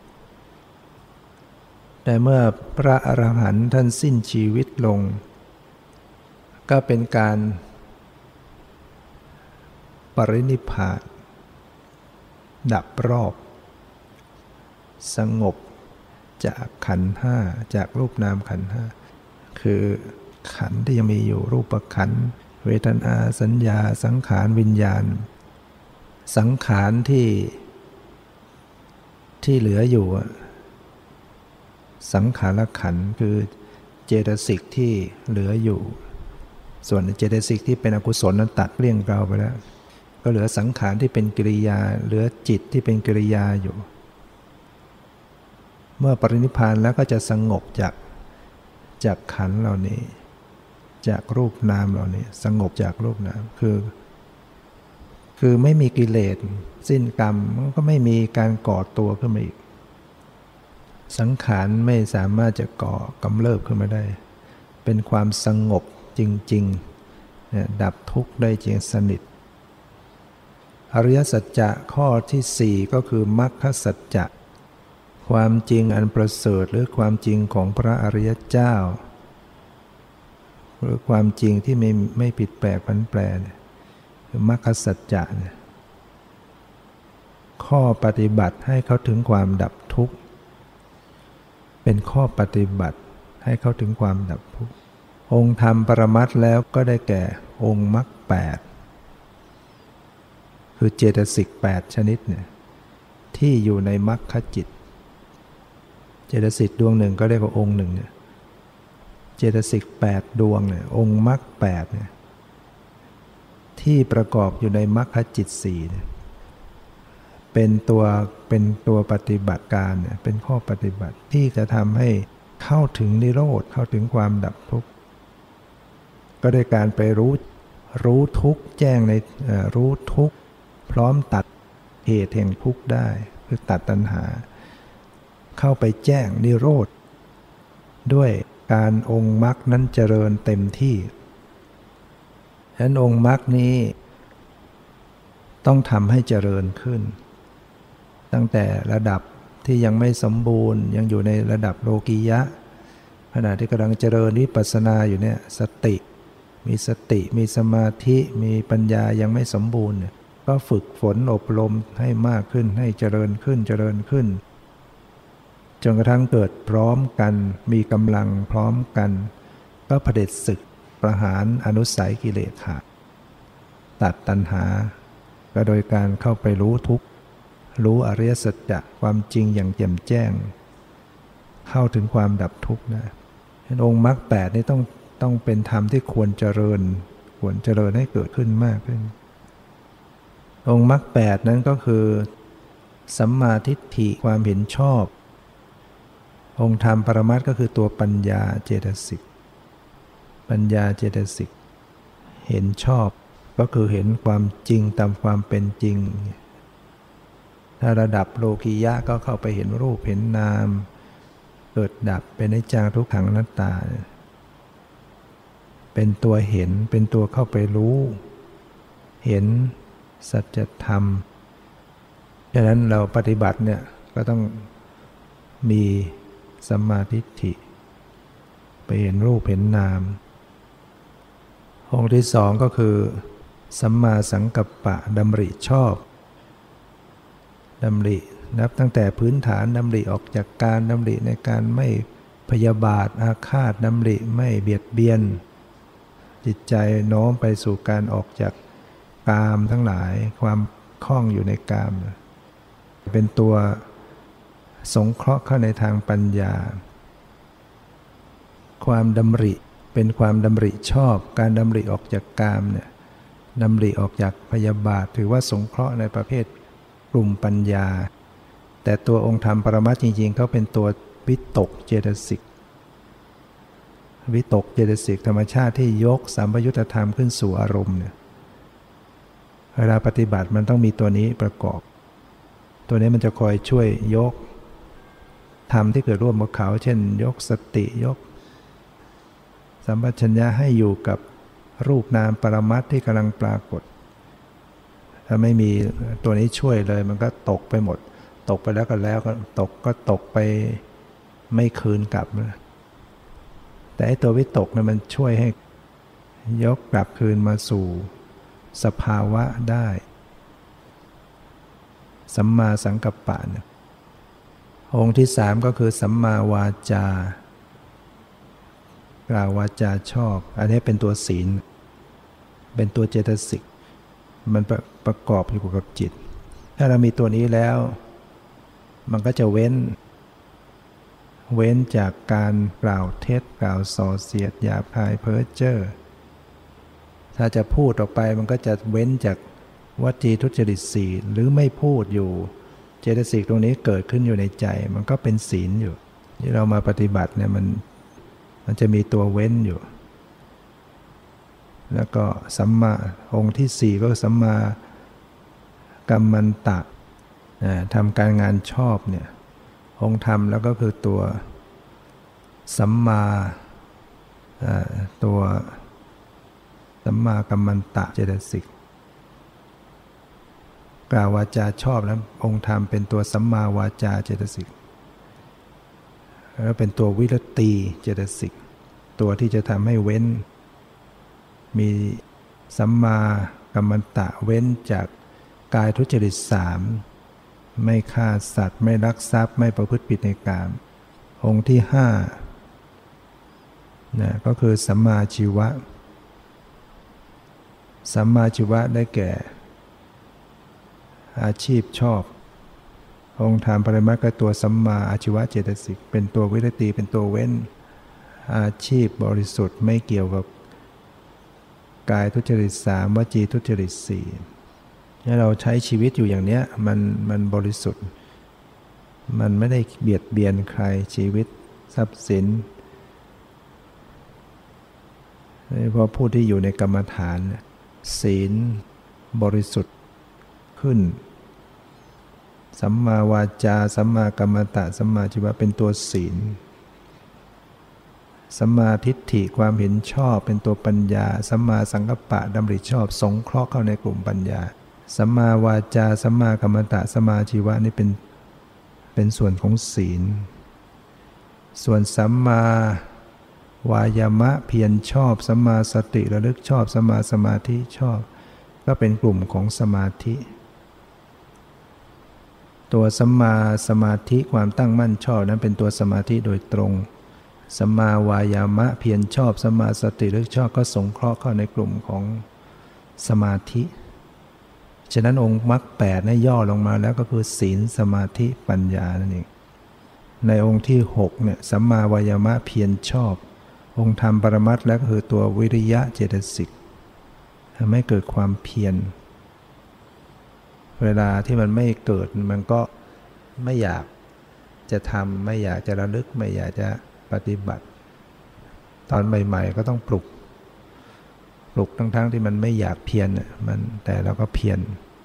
แต่เมื่อพระอรหันต์ท่านสิ้นชีวิตลงก็เป็นการปรินิพพานดับรอบสงบจากขันธ์ห้าจากรูปนามขันธ์ห้าคือขันธ์ที่ยังมีอยู่รูปขันธ์เวทนาสัญญาสังขารวิญญาณสังขารที่เหลืออยู่สังขารขันธ์คือเจตสิกที่เหลืออยู่ส่วนเจตสิกที่เป็นอกุศลนั้นตัดเกลี้ยงเกลาไปแล้วก็เหลือสังขารที่เป็นกิริยาเหลือจิตที่เป็นกิริยาอยู่เมื่อปรินิพพานแล้วก็จะสงบจากขันธ์เหล่านี้จากรูปนามเหล่านี้สงบจากรูปนามคือไม่มีกิเลสสิ้นกรรมมันก็ไม่มีการก่อตัวขึ้นมาอีกสังขารไม่สามารถจะก่อกำเริบขึ้นมาได้เป็นความสงบจริงๆดับทุกข์ได้จริงสนิทอริยสัจจะข้อที่4ก็คือมรรคสัจจะความจริงอันประเสริฐหรือความจริงของพระอริยเจ้าหรือความจริงที่ไม่ผิดแปลกผันแปรคือมรรคสัจจะข้อปฏิบัติให้เขาถึงความดับทุกข์เป็นข้อปฏิบัติให้เขาถึงความดับทุกข์องค์ธรรมปรมัตถ์แล้วก็ได้แก่องค์มรรค8คือเจตสิก8ชนิดเนี่ยที่อยู่ในมรรคจิตเจตสิกดวงหนึ่งก็เรียกว่าองค์หนึ่งเนี่ยเจตสิก8ดวงเนี่ยองค์มรรค8เนี่ยที่ประกอบอยู่ในมรรคจิต4เนี่ยเป็นตัวปฏิบัติการเนี่ยเป็นข้อปฏิบัติที่จะทำให้เข้าถึงนิโรธเข้าถึงความดับทุกข์ก็ได้การไปรู้ทุกข์แจ้งในรู้ทุกข์พร้อมตัดเหตุแห่งทุกข์ได้คือตัดตัณหาเข้าไปแจ้งนิโรธด้วยการองค์มรรคนั้นเจริญเต็มที่ฉะนั้นองค์มรรคนี้ต้องทำให้เจริญขึ้นตั้งแต่ระดับที่ยังไม่สมบูรณ์ยังอยู่ในระดับโลกียะขณะที่กำลังเจริญวิปัสสนาอยู่เนี่ยสติมีสมาธิมีปัญญายังไม่สมบูรณ์ก็ฝึกฝนอบรมให้มากขึ้นให้เจริญขึ้นจนกระทั่งเกิดพร้อมกันมีกำลังพร้อมกันก็เผด็จศึกประหารอนุสัยกิเลสขาดตัดตัณหาก็โดยการเข้าไปรู้ทุกข์รู้อริยสัจจะความจริงอย่างแจ่มแจ้งเข้าถึงความดับทุกข์นะองค์มรรคแปดนี่ต้องเป็นธรรมที่ควรเจริญให้เกิดขึ้นมากขึ้นองค์มรรคแปดนั้นก็คือสัมมาทิฏฐิความเห็นชอบองค์ธรรมปรมัตถ์ก็คือตัวปัญญาเจตสิกปัญญาเจตสิกเห็นชอบก็คือเห็นความจริงตามความเป็นจริงถ้าระดับโลกียะก็เข้าไปเห็นรูปเห็นนามเกิดดับเป็นอนิจจังทุกขังอนัตตาเป็นตัวเห็นเป็นตัวเข้าไปรู้เห็นสัจธรรมฉะนั้นเราปฏิบัติเนี่ยก็ต้องมีสัมมาทิฏฐิไปเห็นรูปเห็นนามองค์ที่สองก็คือสัมมาสังกัปปะดำริชอบดำรินับตั้งแต่พื้นฐานดำริออกจากการดำริในการไม่พยาบาทอาฆาตดำริไม่เบียดเบียนจิตใจโน้มไปสู่การออกจากกามทั้งหลายความคล้องอยู่ในกามเป็นตัวสงเคราะห์เข้าในทางปัญญาความดำริเป็นความดำริชอบการดำริออกจากกามเนี่ยดำริออกจากพยาบาทถือว่าสงเคราะห์ในประเภทกลุ่มปัญญาแต่ตัวองค์ธรรมปรมัตถ์จริงๆเขาเป็นตัววิตกเจตสิกวิตกเจตสิกธรรมชาติที่ยกสัมปยุตธรรมขึ้นสู่อารมณ์เนี่ยเวลาปฏิบัติมันต้องมีตัวนี้ประกอบตัวนี้มันจะคอยช่วยยกธรรมที่เกิดร่วมกับเขาเช่นยกสติยกสัมปชัญญะให้อยู่กับรูปนามปรมัตถ์ที่กำลังปรากฏถ้าไม่มีตัวนี้ช่วยเลยมันก็ตกไปหมดตกไปแล้วก็ตกไปไม่คืนกลับแต่ไอ้ตัววิตกเนี่ยมันช่วยให้ยกกลับคืนมาสู่สภาวะได้สัมมาสังกัปปะเนี่ยองค์ที่สามก็คือสัมมาวาจากล่าววาจาชอบอันนี้เป็นตัวศีลเป็นตัวเจตสิกมันประกอบอยู่กับจิตถ้าเรามีตัวนี้แล้วมันก็จะเว้นจากการกล่าวเท็จกล่าวส่อเสียดหยาบคายเพ้อเจ้อถ้าจะพูดออกไปมันก็จะเว้นจากวจีทุจริตสี่หรือไม่พูดอยู่เจตสิกตรงนี้เกิดขึ้นอยู่ในใจมันก็เป็นศีลอยู่ที่เรามาปฏิบัติเนี่ยมันจะมีตัวเว้นอยู่แล้วก็สัมมาองค์ที่สี่ก็สัมมากัมมันตะทำการงานชอบเนี่ยองค์ธรรมแล้วก็คือตัวสัมมากัมมันตะเจตสิกกล่าววาจาชอบแล้วองค์ธรรมเป็นตัวสัมมาวาจาเจตสิกแล้วเป็นตัววิรติเจตสิกตัวที่จะทำให้เว้นมีสัมมากัมมันตะเว้นจากกายทุจริตสามไม่ฆ่าสัตว์ไม่ลักทรัพย์ไม่ประพฤติผิดในกามองค์ที่ห้านะก็คือสัมมาชีวะสัมมาชีวะได้แก่อาชีพชอบองค์ธรรมปรมัตถ์ก็ตัวสัมมาอาชีวะเจตสิกเป็นตัววิรติเป็นตัวเว้นอาชีพบริสุทธิ์ไม่เกี่ยวกับกายทุจริตสามวจีทุจริตสี่ถ้าเราใช้ชีวิตอยู่อย่างเนี้ยมันบริสุทธิ์มันไม่ได้เบียดเบียนใครชีวิตทรัพย์สินเพราะผู้ที่อยู่ในกรรมฐานศีลบริสุทธิ์ขึ้นสัมมาวาจาสัมมากัมมันตะสัมมาชีวะเป็นตัวศีลสัมมาทิฏฐิความเห็นชอบเป็นตัวปัญญาสัมมาสังกัปปะดำริชอบสงเคราะห์เข้าในกลุ่มปัญญาสัมมาวาจาสัมมากัมมันตะสัมมาชีวะนี่เป็นส่วนของศีลส่วนสัมมาวายามะเพียรชอบสัมมาสติระลึกชอบสัมมาสมาธิชอบก็เป็นกลุ่มของสมาธิตัวสัมมาสมาธิความตั้งมั่นชอบนั้นเป็นตัวสมาธิโดยตรงสัมมาวายามะเพียรชอบสัมมาสติระลึกชอบก็สงเคราะห์เข้าในกลุ่มของสมาธิฉะนั้นองค์มรรคแปดนี่ย่อลงมาแล้วก็คือศีลสมาธิปัญญานั่นเองในองค์ที่6เนี่ยสัมมาวายามะเพียรชอบองค์ธรรมปรมัตถ์แล้วก็คือตัววิริยะเจตสิกทำให้เกิดความเพียรเวลาที่มันไม่เกิดมันก็ไม่อยากจะทำไม่อยากจะระลึกไม่อยากจะปฏิบัติตอนใหม่ๆก็ต้องปลุกทั้งที่มันไม่อยากเพียรมันแต่เราก็เพียร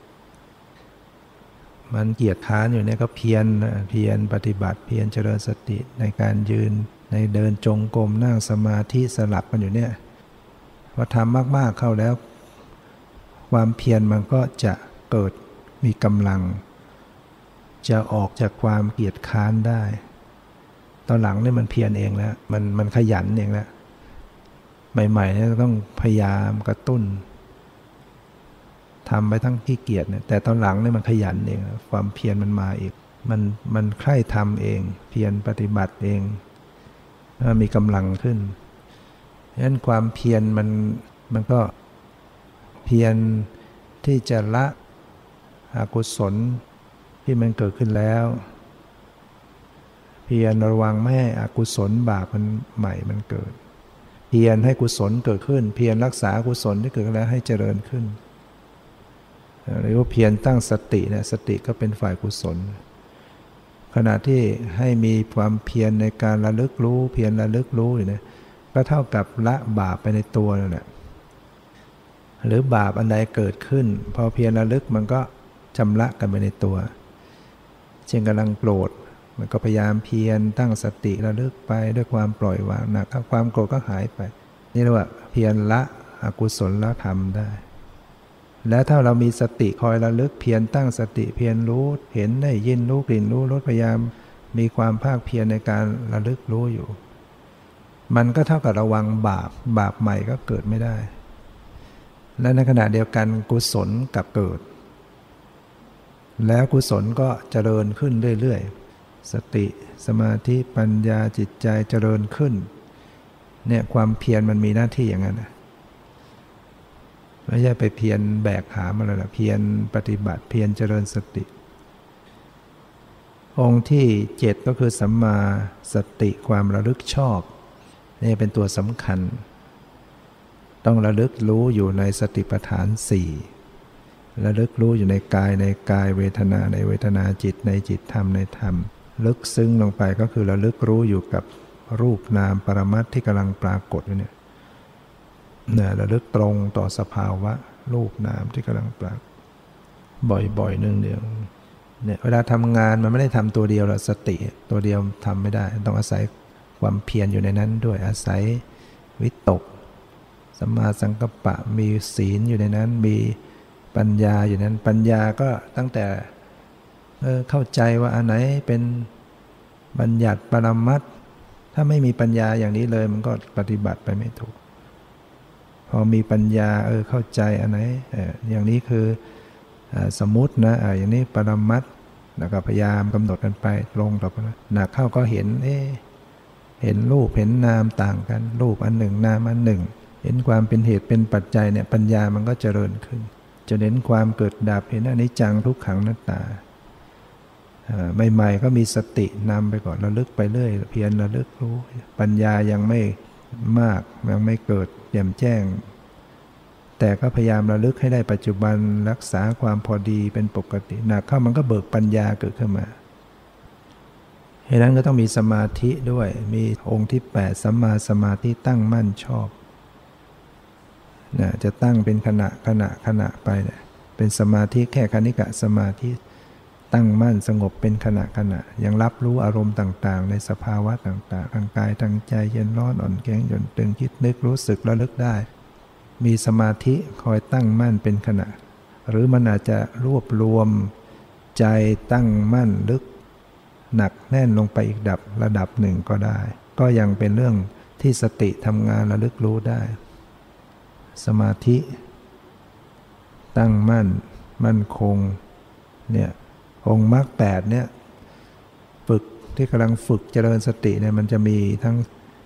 มันเกียจค้านอยู่เนี่ยก็เพียรปฏิบัติเพียรเจริญสติในการยืนในเดินจงกรมนั่งสมาธิสลับกันอยู่เนี่ยพอทำมากๆเข้าแล้วความเพียรมันก็จะเกิดมีกำลังจะออกจากความเกียจค้านได้ตอนหลังนี่มันเพียรเองแล้วมันขยันเองแล้วใหม่ๆเนี่ยต้องพยายามกระตุ้นทำไปทั้งขี้เกียจเนี่ยแต่ตอนหลังเนี่ยมันขยันเองความเพียรมันมาอีกมันใคร่ทำเองเพียรปฏิบัติเองมีกำลังขึ้นฉะนั้นความเพียรมันก็เพียรที่จะละอกุศลที่มันเกิดขึ้นแล้วเพียรระวังไม่ให้อกุศลบาปมันใหม่มันเกิดเพียรให้กุศลเกิดขึ้นเพียรรักษากุศลที่เกิดแล้วให้เจริญขึ้นหรือว่าเพียรตั้งสติเนี่ยสติก็เป็นฝ่ายกุศลขณะที่ให้มีความเพียรในการระลึกรู้เพียรระลึกรู้อยู่เนี่ยก็เท่ากับละบาปไปในตัวนั่นแหละหรือบาปอันใดเกิดขึ้นพอเพียรระลึกมันก็ชำระกันไปในตัวเช่นกำลังโกรธมันก็พยายามเพียรตั้งสติระลึกไปด้วยความปล่อยวางนะความโกรธก็หายไปนี่เรียกว่าเพียรละอกุศลธรรมได้และถ้าเรามีสติคอยระลึกเพียรตั้งสติเพียรรู้เห็นได้ยินรู้กลิ่นรู้รสพยายามมีความภาคเพียรในการระลึกรู้อยู่มันก็เท่ากับระวังบาปใหม่ก็เกิดไม่ได้และในขณะเดียวกันกุศลกับเกิดแล้วกุศลก็เจริญขึ้นเรื่อยๆสติสมาธิปัญญาจิตใจเจริญขึ้นเนี่ยความเพียรมันมีหน้าที่อย่างนั้นไม่ใช่ไปเพียรแบกหามอะไรหรอกเพียรปฏิบัติเพียรเจริญสติองค์ที่7ก็คือสัมมาสติความระลึกชอบนี่เป็นตัวสำคัญต้องระลึกรู้อยู่ในสติปัฏฐาน4ระลึกรู้อยู่ในกายเวทนาในเวทนาจิตในจิตธรรมในธรรมลึกซึ้งลงไปก็คือระลึกรู้อยู่กับรูปนามปรมัตถ์ที่กำลังปรากฏอยู่เนี่ยระลึกตรงต่อสภาวะรูปนามที่กำลังปรากฏบ่อยๆเนืองๆเนี่ยเวลาทำงานมันไม่ได้ทำตัวเดียวหรอกสติตัวเดียวทำไม่ได้ต้องอาศัยความเพียรอยู่ในนั้นด้วยอาศัยวิตกสัมมาสังกัปปะมีศีลอยู่ในนั้นมีปัญญาอยู่นั้นปัญญาก็ตั้งแต่เข้าใจว่าอันไหนเป็นบัญญัติปรมัตถ์ถ้าไม่มีปัญญาอย่างนี้เลยมันก็ปฏิบัติไปไม่ถูกพอมีปัญญาเข้าใจอันไหนอย่างนี้คือสมมุตินะอย่างนี้ปรมัตถ์แล้วก็พยายามกำหนดกันไปตรงต่อไปหนักเข้าก็เห็นเห็นรูปเห็นนามต่างกันรูปอันหนึ่งนามอันหนึ่งเห็นความเป็นเหตุเป็นปัจจัยเนี่ยปัญญามันก็เจริญขึ้นจะเห็นความเกิดดับเห็นอนิจจังทุกขังอนัตตาใหม่ๆก็มีสตินำไปก่อนระลึกไปเรื่อยเพียรระลึกรู้ปัญญายังไม่มากยังไม่เกิดแจ่มแจ้งแต่ก็พยายามระลึกให้ได้ปัจจุบันรักษาความพอดีเป็นปกติหนักเข้ามันก็เบิกปัญญาเกิดขึ้นมาฉะนั้นก็ต้องมีสมาธิด้วยมีองค์ที่8สัมมาสมาธิตั้งมั่นชอบจะตั้งเป็นขณะไปเนี่ยเป็นสมาธิแค่คณิกะสมาธิตั้งมั่นสงบเป็นขณะยังรับรู้อารมณ์ต่างๆในสภาวะต่างๆทางกายทางใจเย็นร้อนอ่อนแข็งหย่อนตึงคิดนึกรู้สึกระลึกได้มีสมาธิคอยตั้งมั่นเป็นขณะหรือมันอาจจะรวบรวมใจตั้งมั่นลึกหนักแน่นลงไปอีกระดับหนึ่งก็ได้ก็ยังเป็นเรื่องที่สติทำงานระลึกรู้ได้สมาธิตั้งมั่นคงเนี่ยองค์มรรค8เนี่ยฝึกที่กำลังฝึกเจริญสติเนี่ยมันจะมีทั้ง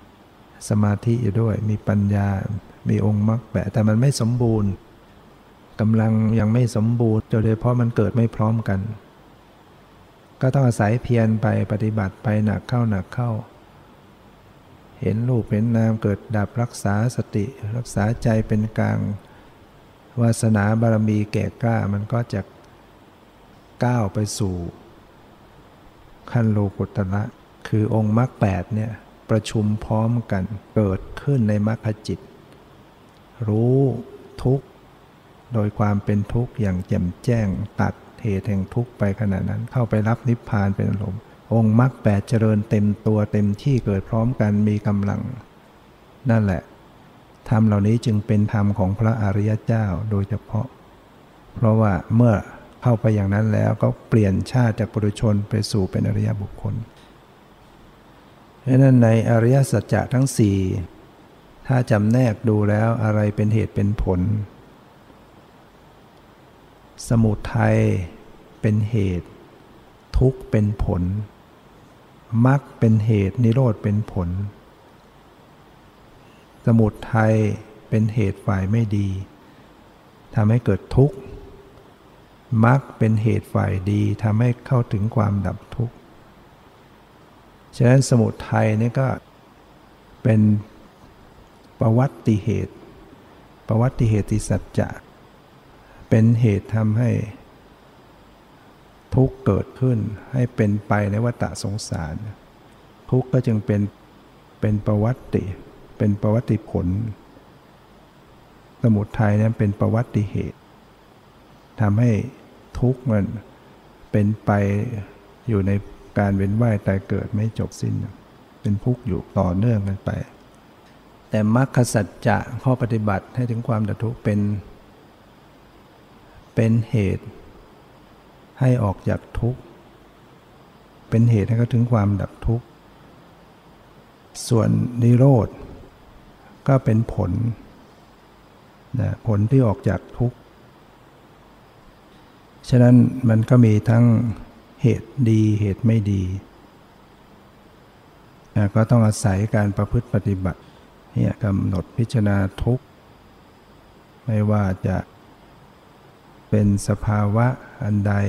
สมาธิอยู่ด้วยมีปัญญามีองค์มรรคแปดแต่มันไม่สมบูรณ์กำลังยังไม่สมบูรณ์โดยเฉพาะมันเกิดไม่พร้อมกันก็ต้องอาศัยเพียรไปปฏิบัติไปหนักเข้าเห็นรูปเห็นนามเกิดดับรักษาสติรักษาใจเป็นกลางวาสนาบารมีแก่กล้ามันก็จะก้าวไปสู่ขั้นโลกุตระคือองค์มรรคแปดเนี่ยประชุมพร้อมกันเกิดขึ้นในมรรคจิตรู้ทุกข์โดยความเป็นทุกข์อย่างแจ่มแจ้งตัดเหตุแห่งทุกข์ไปขณะนั้นเข้าไปรับนิพพานเป็นอารมณ์องค์มรรคแปดเจริญเต็มตัวเต็มที่เกิดพร้อมกันมีกำลังนั่นแหละธรรมเหล่านี้จึงเป็นธรรมของพระอริยเจ้าโดยเฉพาะเพราะว่าเมื่อเข้าไปอย่างนั้นแล้วก็เปลี่ยนชาติจากปุถุชนไปสู่เป็นอริยบุคคลเพราะนั้นในอริยสัจจะทั้งสี่ถ้าจำแนกดูแล้วอะไรเป็นเหตุเป็นผลสมุทัยเป็นเหตุทุกข์เป็นผลมรรคเป็นเหตุนิโรธเป็นผลสมุทัยเป็นเหตุฝ่ายไม่ดีทำให้เกิดทุกข์มรรคเป็นเหตุฝ่ายดีทำให้เข้าถึงความดับทุกข์ฉะนั้นสมุทัยนี่ก็เป็นปวัตติเหตุปวัตติเหตุสัจจะเป็นเหตุทำให้ทุกข์เกิดขึ้นให้เป็นไปในวัฏสงสารทุกข์ก็จึงเป็นปวัตติเป็นปวัตติผลสมุทัยนั้นเป็นปวัตติเหตุทำให้ทุกข์มันเป็นไปอยู่ในการเวียนว่ายตายเกิดไม่จบสิ้นเป็นทุกข์อยู่ต่อเนื่องกันไปแต่มรรคสัจจะข้อปฏิบัติให้ถึงความดับทุกข์เป็นเหตุให้ออกจากทุกข์เป็นเหตุให้เขาถึงความดับทุกข์ส่วนนิโรธก็เป็นผลนะผลที่ออกจากทุกข์ฉะนั้นมันก็มีทั้งเหตุดีเหตุไม่ดีนะก็ต้องอาศัยการประพฤติปฏิบัติเนี่ยกำหนดพิจารณาทุกข์ไม่ว่าจะเป็นสภาวะอันใด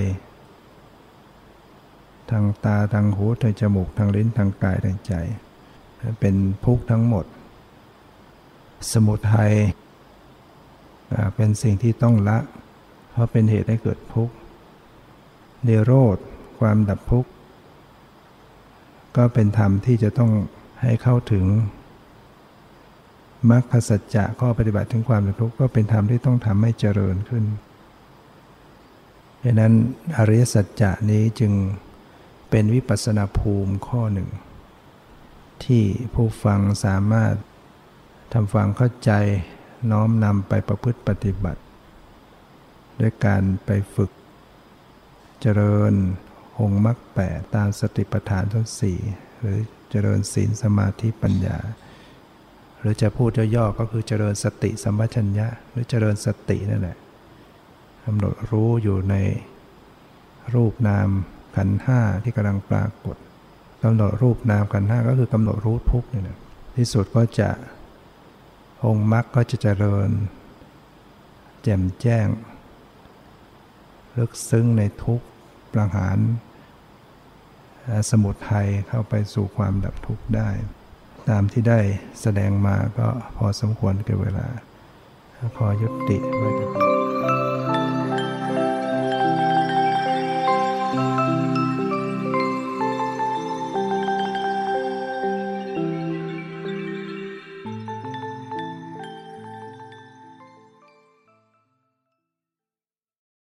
ทางตาทางหูทางจมูกทางลิ้นทางกายทางใจเป็นทุกข์ทั้งหมดสมุทัยเป็นสิ่งที่ต้องละเพราะเป็นเหตุให้เกิดทุกข์นิโรธความดับทุกข์ก็เป็นธรรมที่จะต้องให้เข้าถึงมรรคสัจจะข้อปฏิบัติถึงความดับทุกข์ก็เป็นธรรมที่ต้องทำให้เจริญขึ้นดังนั้นอริยสัจจะนี้จึงเป็นวิปัสสนาภูมิข้อหนึ่งที่ผู้ฟังสามารถทำความเข้าใจน้อมนำไปประพฤติปฏิบัติด้วยการไปฝึกเจริญองค์มรรคแปดตามสติปัฏฐานทั้งสี่หรือเจริญศีลสมาธิปัญญาหรือจะพูดย่อๆก็คือเจริญสติสัมปชัญญะหรือเจริญสตินั่นแหละกำหนดรู้อยู่ในรูปนามขันธ์ห้าที่กำลังปรากฏกำหนดรูปนามขันธ์ห้าก็คือกำหนดรู้ทุกข์นี่นะที่สุดก็จะองค์มรรคก็จะเจริญแจ่มแจ้งลึกซึ้งในทุกข์ประหารสมุทัยเข้าไปสู่ความดับทุกข์ได้ตามที่ได้แสดงมาก็พอสมควรแก่เวลาขอยุติไว้